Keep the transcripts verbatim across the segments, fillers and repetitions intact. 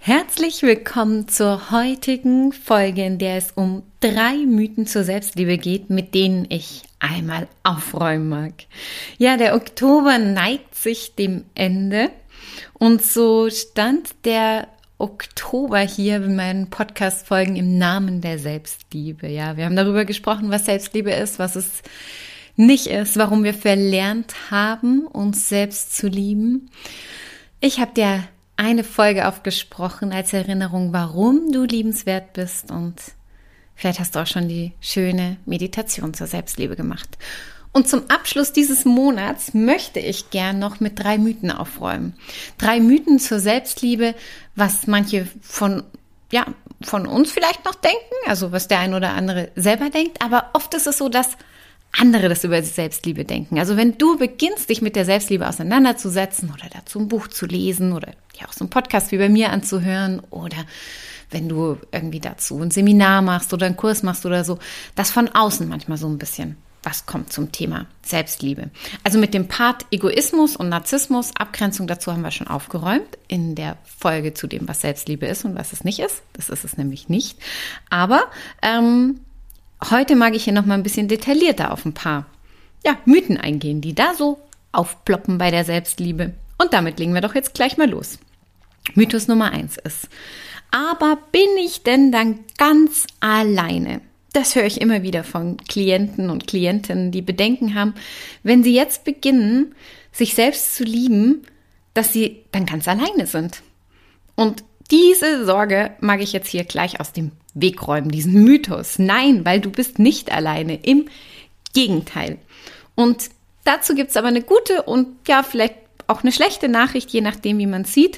Herzlich willkommen zur heutigen Folge, in der es um drei Mythen zur Selbstliebe geht, mit denen ich einmal aufräumen mag. Ja, der Oktober neigt sich dem Ende und so stand der Oktober hier in meinen Podcast-Folgen im Namen der Selbstliebe. Ja, wir haben darüber gesprochen, was Selbstliebe ist, was es nicht ist, warum wir verlernt haben, uns selbst zu lieben. Ich habe dir eine Folge aufgesprochen als Erinnerung, warum du liebenswert bist, und vielleicht hast du auch schon die schöne Meditation zur Selbstliebe gemacht. Und zum Abschluss dieses Monats möchte ich gern noch mit drei Mythen aufräumen. Drei Mythen zur Selbstliebe, was manche von, ja, von uns vielleicht noch denken, also was der ein oder andere selber denkt, aber oft ist es so, dass andere das über die Selbstliebe denken. Also wenn du beginnst, dich mit der Selbstliebe auseinanderzusetzen oder dazu ein Buch zu lesen oder ja auch so einen Podcast wie bei mir anzuhören oder wenn du irgendwie dazu ein Seminar machst oder einen Kurs machst oder so, dass von außen manchmal so ein bisschen was kommt zum Thema Selbstliebe. Also mit dem Part Egoismus und Narzissmus, Abgrenzung dazu haben wir schon aufgeräumt in der Folge zu dem, was Selbstliebe ist und was es nicht ist. Das ist es nämlich nicht. Aber ähm, heute mag ich hier noch mal ein bisschen detaillierter auf ein paar ja, Mythen eingehen, die da so aufploppen bei der Selbstliebe. Und damit legen wir doch jetzt gleich mal los. Mythos Nummer eins ist: Aber bin ich denn dann ganz alleine? Das höre ich immer wieder von Klienten und Klientinnen, die Bedenken haben, wenn sie jetzt beginnen, sich selbst zu lieben, dass sie dann ganz alleine sind. Und diese Sorge mag ich jetzt hier gleich aus dem Weg räumen, diesen Mythos. Nein, weil du bist nicht alleine. Im Gegenteil. Und dazu gibt es aber eine gute und ja, vielleicht auch eine schlechte Nachricht, je nachdem, wie man es sieht.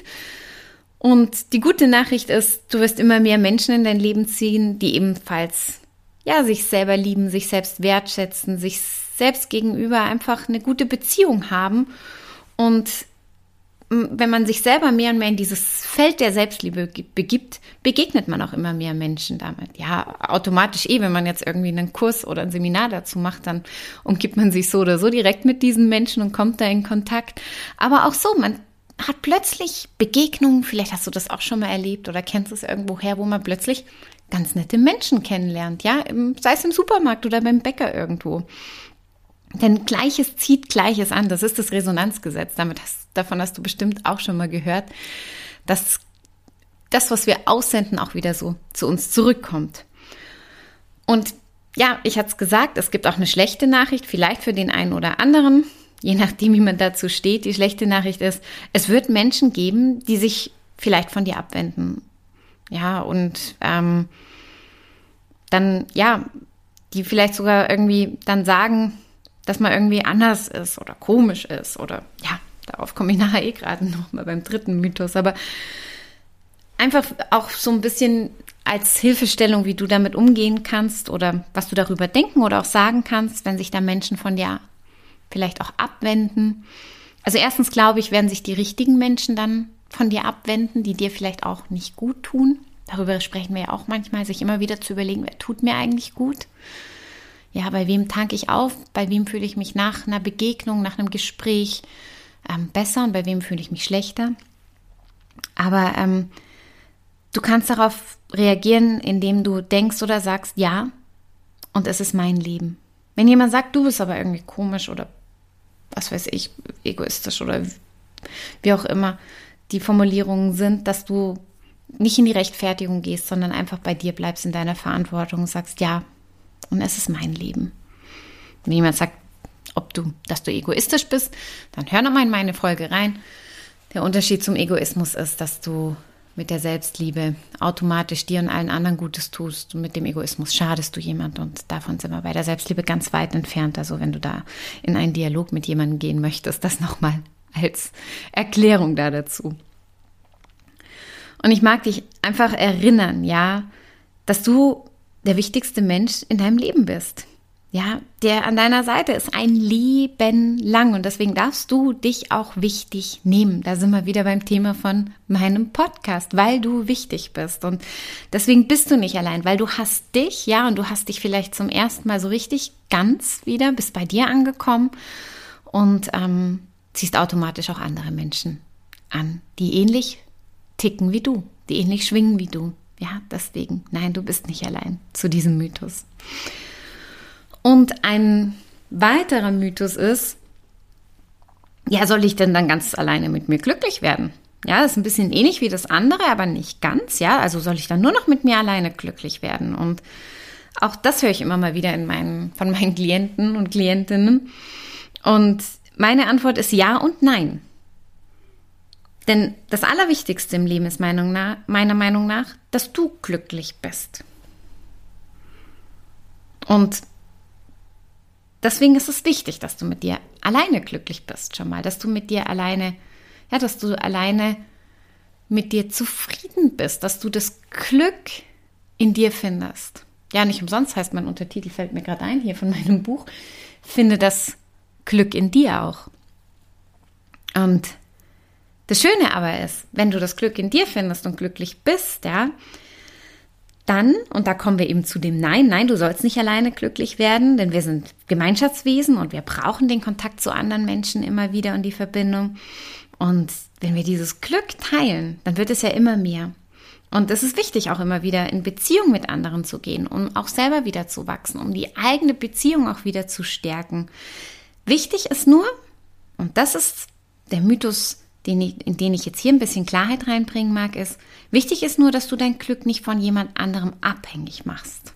Und die gute Nachricht ist, du wirst immer mehr Menschen in dein Leben ziehen, die ebenfalls ja, sich selber lieben, sich selbst wertschätzen, sich selbst gegenüber einfach eine gute Beziehung haben. Und wenn man sich selber mehr und mehr in dieses Feld der Selbstliebe begibt, begegnet man auch immer mehr Menschen damit. Ja, automatisch eh, wenn man jetzt irgendwie einen Kurs oder ein Seminar dazu macht, dann umgibt man sich so oder so direkt mit diesen Menschen und kommt da in Kontakt. Aber auch so, man hat plötzlich Begegnungen, vielleicht hast du das auch schon mal erlebt oder kennst es irgendwo her, wo man plötzlich ganz nette Menschen kennenlernt, ja, sei es im Supermarkt oder beim Bäcker irgendwo. Denn Gleiches zieht Gleiches an. Das ist das Resonanzgesetz. Damit hast, davon hast du bestimmt auch schon mal gehört, dass das, was wir aussenden, auch wieder so zu uns zurückkommt. Und ja, ich hatte es gesagt, es gibt auch eine schlechte Nachricht, vielleicht für den einen oder anderen, je nachdem, wie man dazu steht. Die schlechte Nachricht ist, es wird Menschen geben, die sich vielleicht von dir abwenden. Ja, und ähm, dann, ja, die vielleicht sogar irgendwie dann sagen, dass man irgendwie anders ist oder komisch ist oder ja, darauf komme ich nachher eh gerade noch mal beim dritten Mythos, aber einfach auch so ein bisschen als Hilfestellung, wie du damit umgehen kannst oder was du darüber denken oder auch sagen kannst, wenn sich da Menschen von dir vielleicht auch abwenden. Also erstens glaube ich, werden sich die richtigen Menschen dann von dir abwenden, die dir vielleicht auch nicht gut tun. Darüber sprechen wir ja auch manchmal, sich immer wieder zu überlegen, wer tut mir eigentlich gut? Ja, bei wem tanke ich auf? Bei wem fühle ich mich nach einer Begegnung, nach einem Gespräch ähm, besser und bei wem fühle ich mich schlechter? Aber ähm, du kannst darauf reagieren, indem du denkst oder sagst, ja, und es ist mein Leben. Wenn jemand sagt, du bist aber irgendwie komisch oder was weiß ich, egoistisch oder wie auch immer die Formulierungen sind, dass du nicht in die Rechtfertigung gehst, sondern einfach bei dir bleibst in deiner Verantwortung und sagst, ja, und es ist mein Leben. Wenn jemand sagt, ob du, dass du egoistisch bist, dann hör nochmal in meine Folge rein. Der Unterschied zum Egoismus ist, dass du mit der Selbstliebe automatisch dir und allen anderen Gutes tust. Und mit dem Egoismus schadest du jemand und davon sind wir bei der Selbstliebe ganz weit entfernt. Also wenn du da in einen Dialog mit jemandem gehen möchtest, das nochmal als Erklärung da dazu. Und ich mag dich einfach erinnern, ja, dass du der wichtigste Mensch in deinem Leben bist. Ja, der an deiner Seite ist ein Leben lang und deswegen darfst du dich auch wichtig nehmen. Da sind wir wieder beim Thema von meinem Podcast, weil du wichtig bist und deswegen bist du nicht allein, weil du hast dich, ja, und du hast dich vielleicht zum ersten Mal so richtig ganz wieder, bist bei dir angekommen und ähm, ziehst automatisch auch andere Menschen an, die ähnlich ticken wie du, die ähnlich schwingen wie du. Ja, deswegen, nein, du bist nicht allein zu diesem Mythos. Und ein weiterer Mythos ist, ja, soll ich denn dann ganz alleine mit mir glücklich werden? Ja, das ist ein bisschen ähnlich wie das andere, aber nicht ganz, ja. Also soll ich dann nur noch mit mir alleine glücklich werden? Und auch das höre ich immer mal wieder in meinen, von meinen Klienten und Klientinnen. Und meine Antwort ist ja und nein. Denn das Allerwichtigste im Leben ist meiner Meinung nach, dass du glücklich bist. Und deswegen ist es wichtig, dass du mit dir alleine glücklich bist schon mal, dass du mit dir alleine, ja, dass du alleine mit dir zufrieden bist, dass du das Glück in dir findest. Ja, nicht umsonst heißt mein Untertitel, fällt mir gerade ein, hier von meinem Buch, finde das Glück in dir auch. Und das Schöne aber ist, wenn du das Glück in dir findest und glücklich bist, ja, dann, und da kommen wir eben zu dem Nein, nein, du sollst nicht alleine glücklich werden, denn wir sind Gemeinschaftswesen und wir brauchen den Kontakt zu anderen Menschen immer wieder und die Verbindung. Und wenn wir dieses Glück teilen, dann wird es ja immer mehr. Und es ist wichtig, auch immer wieder in Beziehung mit anderen zu gehen, um auch selber wieder zu wachsen, um die eigene Beziehung auch wieder zu stärken. Wichtig ist nur, und das ist der Mythos, den ich, in den ich jetzt hier ein bisschen Klarheit reinbringen mag, ist, wichtig ist nur, dass du dein Glück nicht von jemand anderem abhängig machst,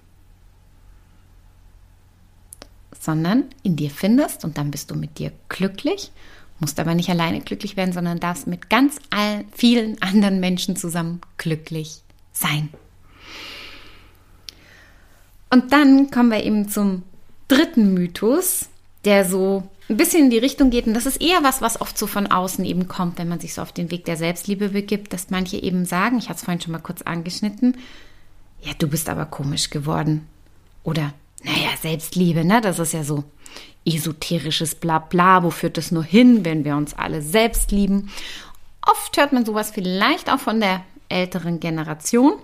sondern in dir findest und dann bist du mit dir glücklich, musst aber nicht alleine glücklich werden, sondern darfst mit ganz all, vielen anderen Menschen zusammen glücklich sein. Und dann kommen wir eben zum dritten Mythos, der so ein bisschen in die Richtung geht, und das ist eher was, was oft so von außen eben kommt, wenn man sich so auf den Weg der Selbstliebe begibt, dass manche eben sagen, ich hatte es vorhin schon mal kurz angeschnitten, ja, du bist aber komisch geworden. Oder, naja, Selbstliebe, ne, das ist ja so esoterisches Blabla, wo führt das nur hin, wenn wir uns alle selbst lieben? Oft hört man sowas vielleicht auch von der älteren Generation.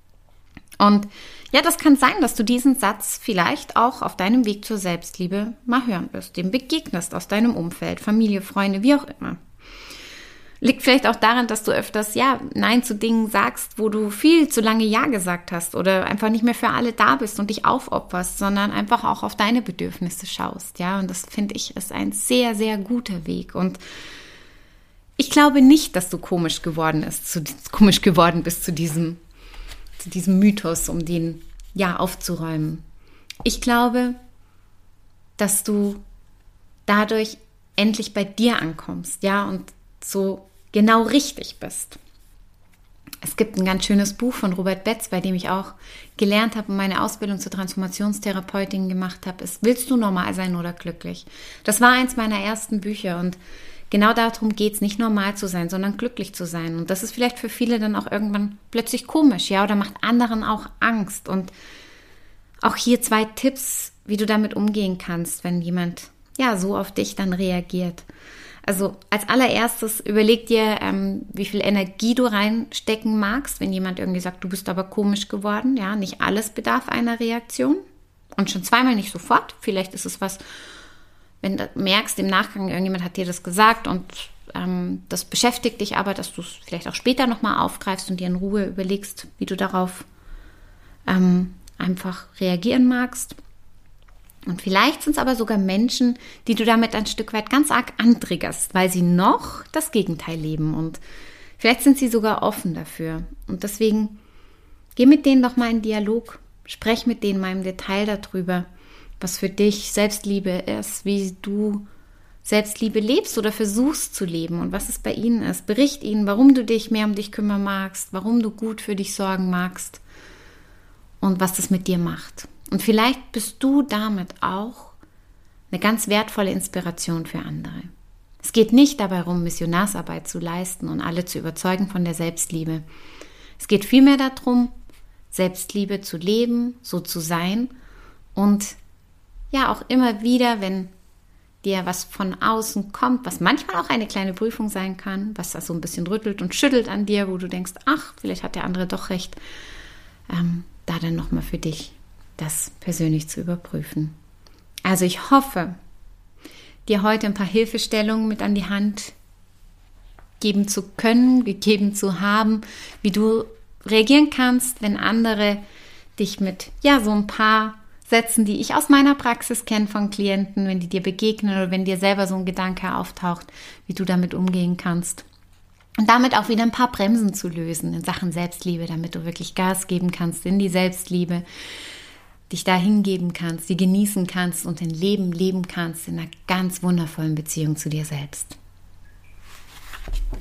Und ja, das kann sein, dass du diesen Satz vielleicht auch auf deinem Weg zur Selbstliebe mal hören wirst, dem begegnest aus deinem Umfeld, Familie, Freunde, wie auch immer. Liegt vielleicht auch daran, dass du öfters ja Nein zu Dingen sagst, wo du viel zu lange Ja gesagt hast oder einfach nicht mehr für alle da bist und dich aufopferst, sondern einfach auch auf deine Bedürfnisse schaust. Ja, und das finde ich ist ein sehr, sehr guter Weg. Und ich glaube nicht, dass du komisch geworden ist, zu, komisch geworden bist zu diesem zu diesem Mythos, um den ja aufzuräumen. Ich glaube, dass du dadurch endlich bei dir ankommst, ja, und so genau richtig bist. Es gibt ein ganz schönes Buch von Robert Betz, bei dem ich auch gelernt habe und meine Ausbildung zur Transformationstherapeutin gemacht habe, ist, willst du normal sein oder glücklich? Das war eins meiner ersten Bücher und genau darum geht es, nicht normal zu sein, sondern glücklich zu sein. Und das ist vielleicht für viele dann auch irgendwann plötzlich komisch, ja, oder macht anderen auch Angst. Und auch hier zwei Tipps, wie du damit umgehen kannst, wenn jemand ja so auf dich dann reagiert. Also als allererstes überleg dir, ähm, wie viel Energie du reinstecken magst, wenn jemand irgendwie sagt, du bist aber komisch geworden. Ja, nicht alles bedarf einer Reaktion und schon zweimal nicht sofort. Vielleicht ist es was, wenn du merkst, im Nachgang, irgendjemand hat dir das gesagt und ähm, das beschäftigt dich aber, dass du es vielleicht auch später nochmal aufgreifst und dir in Ruhe überlegst, wie du darauf ähm, einfach reagieren magst. Und vielleicht sind es aber sogar Menschen, die du damit ein Stück weit ganz arg antriggerst, weil sie noch das Gegenteil leben und vielleicht sind sie sogar offen dafür. Und deswegen geh mit denen doch mal in Dialog, sprech mit denen mal im Detail darüber, was für dich Selbstliebe ist, wie du Selbstliebe lebst oder versuchst zu leben und was es bei ihnen ist. Bericht ihnen, warum du dich mehr um dich kümmern magst, warum du gut für dich sorgen magst und was das mit dir macht. Und vielleicht bist du damit auch eine ganz wertvolle Inspiration für andere. Es geht nicht dabei darum, Missionarsarbeit zu leisten und alle zu überzeugen von der Selbstliebe. Es geht vielmehr darum, Selbstliebe zu leben, so zu sein und ja auch immer wieder, wenn dir was von außen kommt, was manchmal auch eine kleine Prüfung sein kann, was da so ein bisschen rüttelt und schüttelt an dir, wo du denkst, ach, vielleicht hat der andere doch recht, ähm, da dann nochmal für dich das persönlich zu überprüfen. Also ich hoffe, dir heute ein paar Hilfestellungen mit an die Hand geben zu können, gegeben zu haben, wie du reagieren kannst, wenn andere dich mit, ja, so ein paar Sätzen, die ich aus meiner Praxis kenne von Klienten, wenn die dir begegnen oder wenn dir selber so ein Gedanke auftaucht, wie du damit umgehen kannst. Und damit auch wieder ein paar Bremsen zu lösen in Sachen Selbstliebe, damit du wirklich Gas geben kannst in die Selbstliebe, dich da hingeben kannst, die genießen kannst und ein Leben leben kannst in einer ganz wundervollen Beziehung zu dir selbst.